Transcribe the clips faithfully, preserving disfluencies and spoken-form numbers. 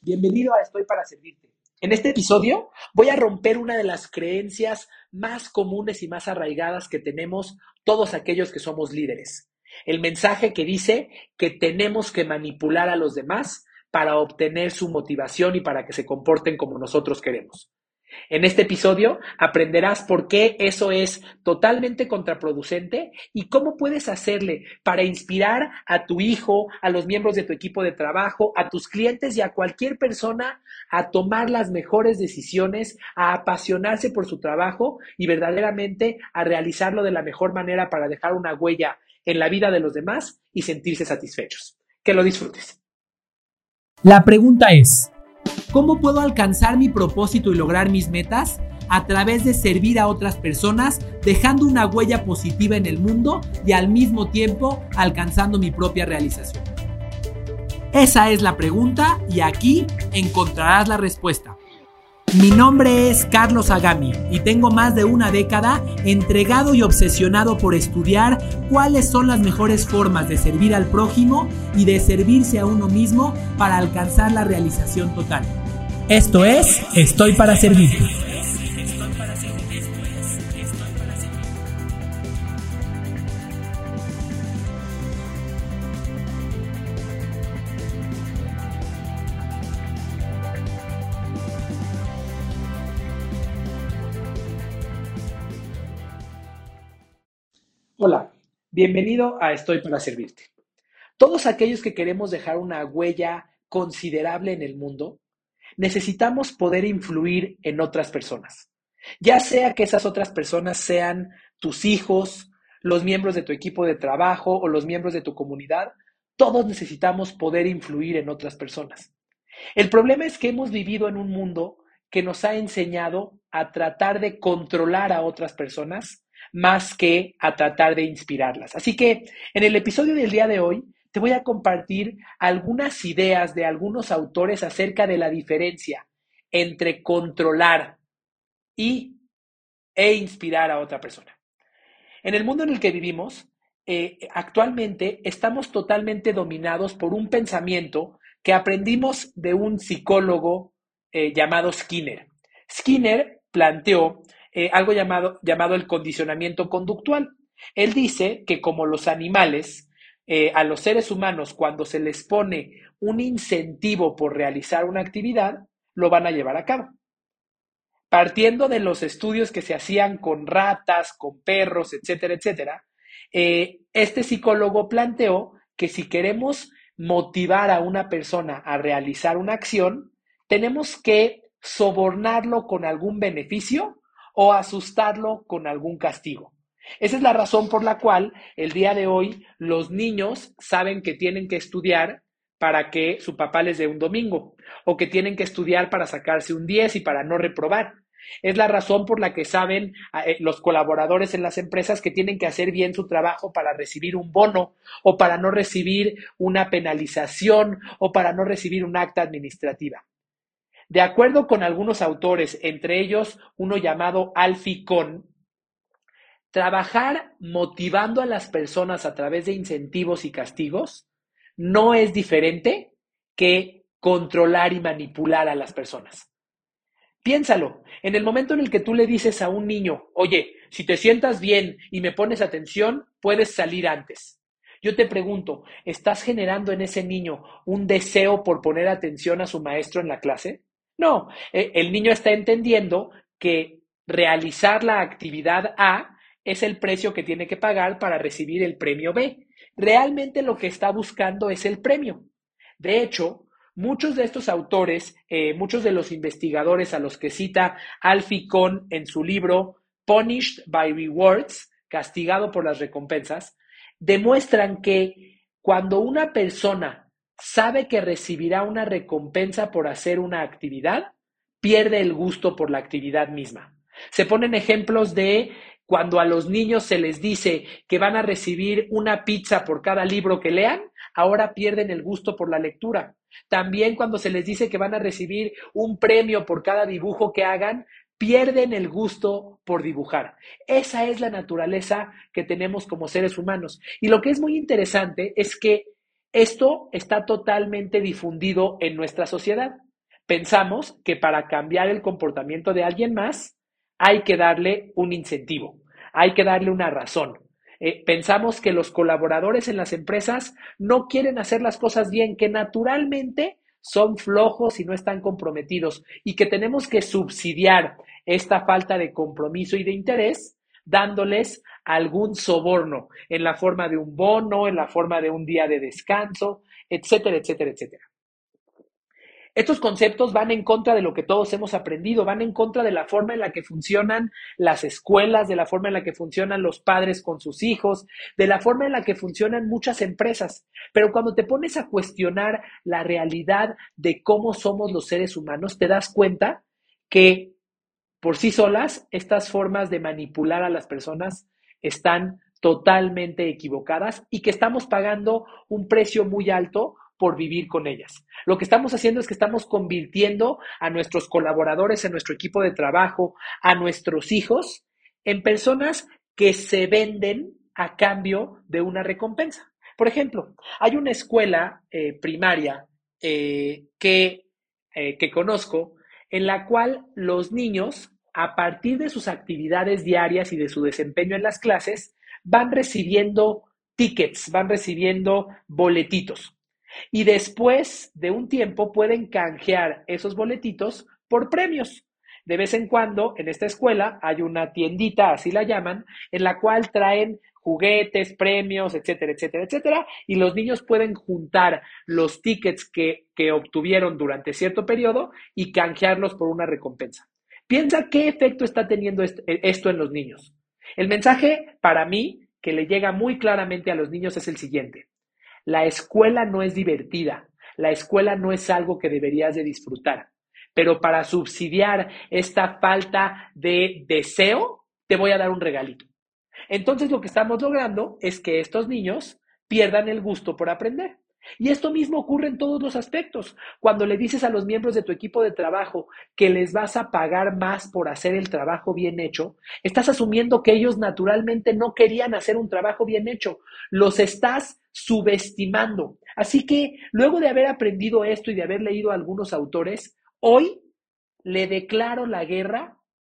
Bienvenido a Estoy para Servirte. En este episodio voy a romper una de las creencias más comunes y más arraigadas que tenemos todos aquellos que somos líderes. El mensaje que dice que tenemos que manipular a los demás para obtener su motivación y para que se comporten como nosotros queremos. En este episodio aprenderás por qué eso es totalmente contraproducente y cómo puedes hacerle para inspirar a tu hijo, a los miembros de tu equipo de trabajo, a tus clientes y a cualquier persona a tomar las mejores decisiones, a apasionarse por su trabajo y verdaderamente a realizarlo de la mejor manera para dejar una huella en la vida de los demás y sentirse satisfechos. Que lo disfrutes. La pregunta es: ¿cómo puedo alcanzar mi propósito y lograr mis metas? A través de servir a otras personas, dejando una huella positiva en el mundo y al mismo tiempo alcanzando mi propia realización. Esa es la pregunta y aquí encontrarás la respuesta. Mi nombre es Carlos Agami y tengo más de una década entregado y obsesionado por estudiar cuáles son las mejores formas de servir al prójimo y de servirse a uno mismo para alcanzar la realización total. Esto es Estoy para Servirte. Hola, bienvenido a Estoy para Servirte. Todos aquellos que queremos dejar una huella considerable en el mundo, necesitamos poder influir en otras personas. Ya sea que esas otras personas sean tus hijos, los miembros de tu equipo de trabajo o los miembros de tu comunidad, todos necesitamos poder influir en otras personas. El problema es que hemos vivido en un mundo que nos ha enseñado a tratar de controlar a otras personas más que a tratar de inspirarlas. Así que en el episodio del día de hoy te voy a compartir algunas ideas de algunos autores acerca de la diferencia entre controlar y, e inspirar a otra persona. En el mundo en el que vivimos, eh, actualmente estamos totalmente dominados por un pensamiento que aprendimos de un psicólogo eh, llamado Skinner. Skinner planteó eh, algo llamado, llamado el condicionamiento conductual. Él dice que como los animales, eh, a los seres humanos, cuando se les pone un incentivo por realizar una actividad, lo van a llevar a cabo. Partiendo de los estudios que se hacían con ratas, con perros, etcétera, etcétera, eh, este psicólogo planteó que si queremos motivar a una persona a realizar una acción, tenemos que sobornarlo con algún beneficio o asustarlo con algún castigo. Esa es la razón por la cual el día de hoy los niños saben que tienen que estudiar para que su papá les dé un domingo, o que tienen que estudiar para sacarse un diez y para no reprobar. Es la razón por la que saben eh, los colaboradores en las empresas que tienen que hacer bien su trabajo para recibir un bono o para no recibir una penalización o para no recibir un acta administrativa. De acuerdo con algunos autores, entre ellos uno llamado Alfie Kohn, trabajar motivando a las personas a través de incentivos y castigos no es diferente que controlar y manipular a las personas. Piénsalo, en el momento en el que tú le dices a un niño, oye, si te sientas bien y me pones atención, puedes salir antes. Yo te pregunto, ¿estás generando en ese niño un deseo por poner atención a su maestro en la clase? No, el niño está entendiendo que realizar la actividad A es el precio que tiene que pagar para recibir el premio B. Realmente lo que está buscando es el premio. De hecho, muchos de estos autores, eh, muchos de los investigadores a los que cita Alfie Kohn en su libro Punished by Rewards, castigado por las recompensas, demuestran que cuando una persona sabe que recibirá una recompensa por hacer una actividad, pierde el gusto por la actividad misma. Se ponen ejemplos de cuando a los niños se les dice que van a recibir una pizza por cada libro que lean, ahora pierden el gusto por la lectura. También cuando se les dice que van a recibir un premio por cada dibujo que hagan, pierden el gusto por dibujar. Esa es la naturaleza que tenemos como seres humanos. Y lo que es muy interesante es que esto está totalmente difundido en nuestra sociedad. Pensamos que para cambiar el comportamiento de alguien más hay que darle un incentivo, hay que darle una razón. Eh, pensamos que los colaboradores en las empresas no quieren hacer las cosas bien, que naturalmente son flojos y no están comprometidos y que tenemos que subsidiar esta falta de compromiso y de interés dándoles algún soborno en la forma de un bono, en la forma de un día de descanso, etcétera, etcétera, etcétera. Estos conceptos van en contra de lo que todos hemos aprendido, van en contra de la forma en la que funcionan las escuelas, de la forma en la que funcionan los padres con sus hijos, de la forma en la que funcionan muchas empresas. Pero cuando te pones a cuestionar la realidad de cómo somos los seres humanos, te das cuenta que por sí solas estas formas de manipular a las personas están totalmente equivocadas y que estamos pagando un precio muy alto por vivir con ellas. Lo que estamos haciendo es que estamos convirtiendo a nuestros colaboradores en nuestro equipo de trabajo, a nuestros hijos, en personas que se venden a cambio de una recompensa. Por ejemplo, hay una escuela eh, primaria eh, que, eh, que conozco en la cual los niños, a partir de sus actividades diarias y de su desempeño en las clases, van recibiendo tickets, van recibiendo boletitos. Y después de un tiempo pueden canjear esos boletitos por premios. De vez en cuando en esta escuela hay una tiendita, así la llaman, en la cual traen juguetes, premios, etcétera, etcétera, etcétera, y los niños pueden juntar los tickets que, que obtuvieron durante cierto periodo y canjearlos por una recompensa. Piensa qué efecto está teniendo esto en los niños. El mensaje para mí que le llega muy claramente a los niños es el siguiente. La escuela no es divertida, la escuela no es algo que deberías de disfrutar, pero para subsidiar esta falta de deseo, te voy a dar un regalito. Entonces lo que estamos logrando es que estos niños pierdan el gusto por aprender. Y esto mismo ocurre en todos los aspectos. Cuando le dices a los miembros de tu equipo de trabajo que les vas a pagar más por hacer el trabajo bien hecho, estás asumiendo que ellos naturalmente no querían hacer un trabajo bien hecho. Los estás subestimando. Así que luego de haber aprendido esto y de haber leído a algunos autores, hoy le declaro la guerra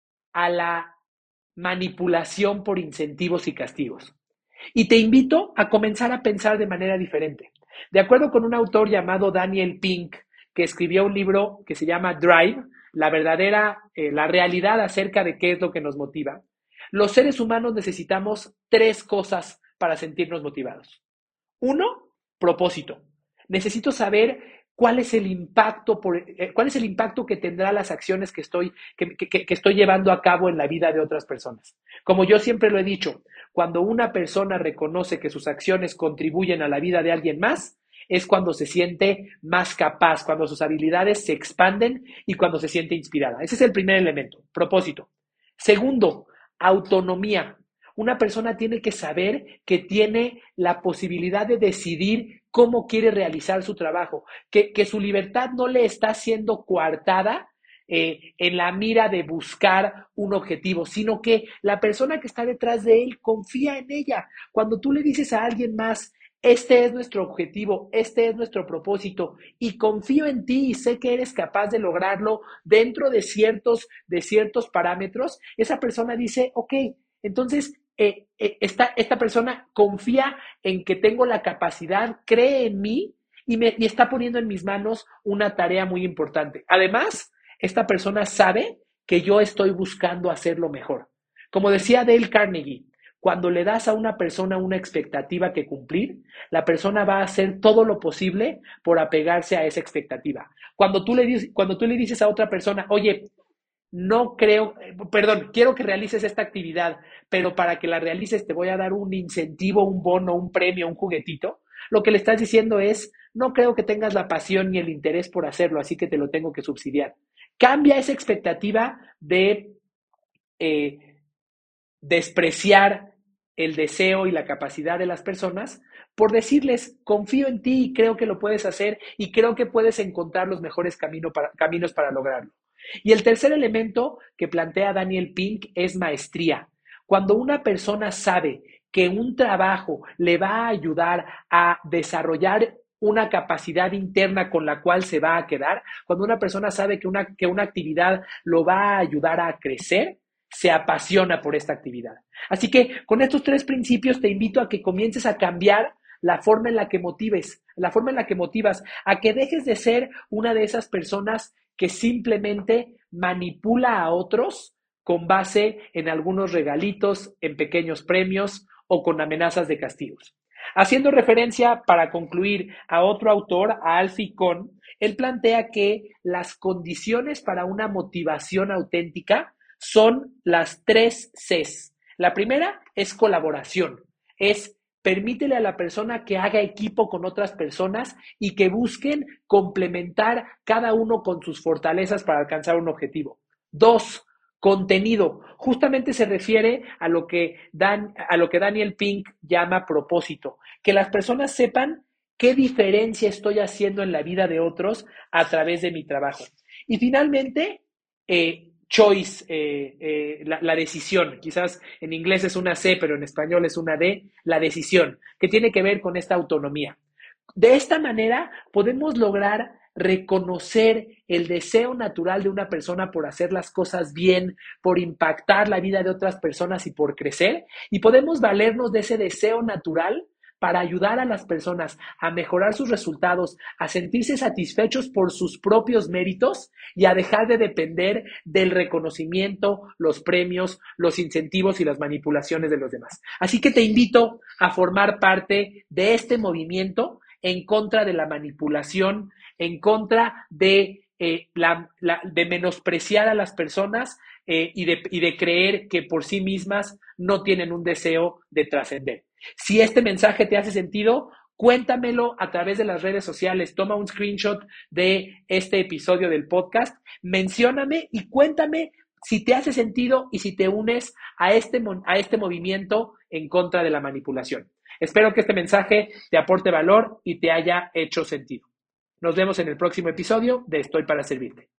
a la manipulación por incentivos y castigos. Y te invito a comenzar a pensar de manera diferente. De acuerdo con un autor llamado Daniel Pink, que escribió un libro que se llama Drive, la verdadera, eh, la realidad acerca de qué es lo que nos motiva, los seres humanos necesitamos tres cosas para sentirnos motivados. Uno, propósito. Necesito saber cuál es el impacto, por, eh, cuál es el impacto que tendrá las acciones que estoy, que, que, que estoy llevando a cabo en la vida de otras personas. Como yo siempre lo he dicho, cuando una persona reconoce que sus acciones contribuyen a la vida de alguien más, es cuando se siente más capaz, cuando sus habilidades se expanden y cuando se siente inspirada. Ese es el primer elemento, propósito. Segundo, autonomía. Una persona tiene que saber que tiene la posibilidad de decidir cómo quiere realizar su trabajo, que, que su libertad no le está siendo coartada eh, en la mira de buscar un objetivo, sino que la persona que está detrás de él confía en ella. Cuando tú le dices a alguien más, este es nuestro objetivo, este es nuestro propósito y confío en ti y sé que eres capaz de lograrlo dentro de ciertos, de ciertos parámetros, esa persona dice, ok, entonces eh, eh, esta, esta persona confía en que tengo la capacidad, cree en mí y, me, y está poniendo en mis manos una tarea muy importante. Además, esta persona sabe que yo estoy buscando hacerlo mejor. Como decía Dale Carnegie, cuando le das a una persona una expectativa que cumplir, la persona va a hacer todo lo posible por apegarse a esa expectativa. Cuando tú le dices, cuando tú le dices a otra persona, oye, no creo, perdón, quiero que realices esta actividad, pero para que la realices te voy a dar un incentivo, un bono, un premio, un juguetito. Lo que le estás diciendo es, no creo que tengas la pasión ni el interés por hacerlo, así que te lo tengo que subsidiar. Cambia esa expectativa de eh, despreciar el deseo y la capacidad de las personas por decirles, confío en ti y creo que lo puedes hacer y creo que puedes encontrar los mejores camino para, caminos para lograrlo. Y el tercer elemento que plantea Daniel Pink es maestría. Cuando una persona sabe que un trabajo le va a ayudar a desarrollar una capacidad interna con la cual se va a quedar, cuando una persona sabe que una, que una actividad lo va a ayudar a crecer, se apasiona por esta actividad. Así que con estos tres principios te invito a que comiences a cambiar la forma en la que motives, la forma en la que motivas, a que dejes de ser una de esas personas que simplemente manipula a otros con base en algunos regalitos, en pequeños premios o con amenazas de castigos. Haciendo referencia, para concluir, a otro autor, a Alfie Kohn, él plantea que las condiciones para una motivación auténtica son las tres Cs. La primera es colaboración, es permítele a la persona que haga equipo con otras personas y que busquen complementar cada uno con sus fortalezas para alcanzar un objetivo. Dos, contenido. Justamente se refiere a lo que, Dan, a lo que Daniel Pink llama propósito. Que las personas sepan qué diferencia estoy haciendo en la vida de otros a través de mi trabajo. Y finalmente, eh, choice, eh, eh, la, la decisión. Quizás en inglés es una C, pero en español es una D, la decisión, que tiene que ver con esta autonomía. De esta manera podemos lograr reconocer el deseo natural de una persona por hacer las cosas bien, por impactar la vida de otras personas y por crecer, y podemos valernos de ese deseo natural para ayudar a las personas a mejorar sus resultados, a sentirse satisfechos por sus propios méritos y a dejar de depender del reconocimiento, los premios, los incentivos y las manipulaciones de los demás. Así que te invito a formar parte de este movimiento en contra de la manipulación, en contra de, eh, la, la, de menospreciar a las personas eh, y, de, y de creer que por sí mismas no tienen un deseo de trascender. Si este mensaje te hace sentido, cuéntamelo a través de las redes sociales. Toma un screenshot de este episodio del podcast, mencióname y cuéntame si te hace sentido y si te unes a este, a este movimiento en contra de la manipulación. Espero que este mensaje te aporte valor y te haya hecho sentido. Nos vemos en el próximo episodio de Estoy para Servirte.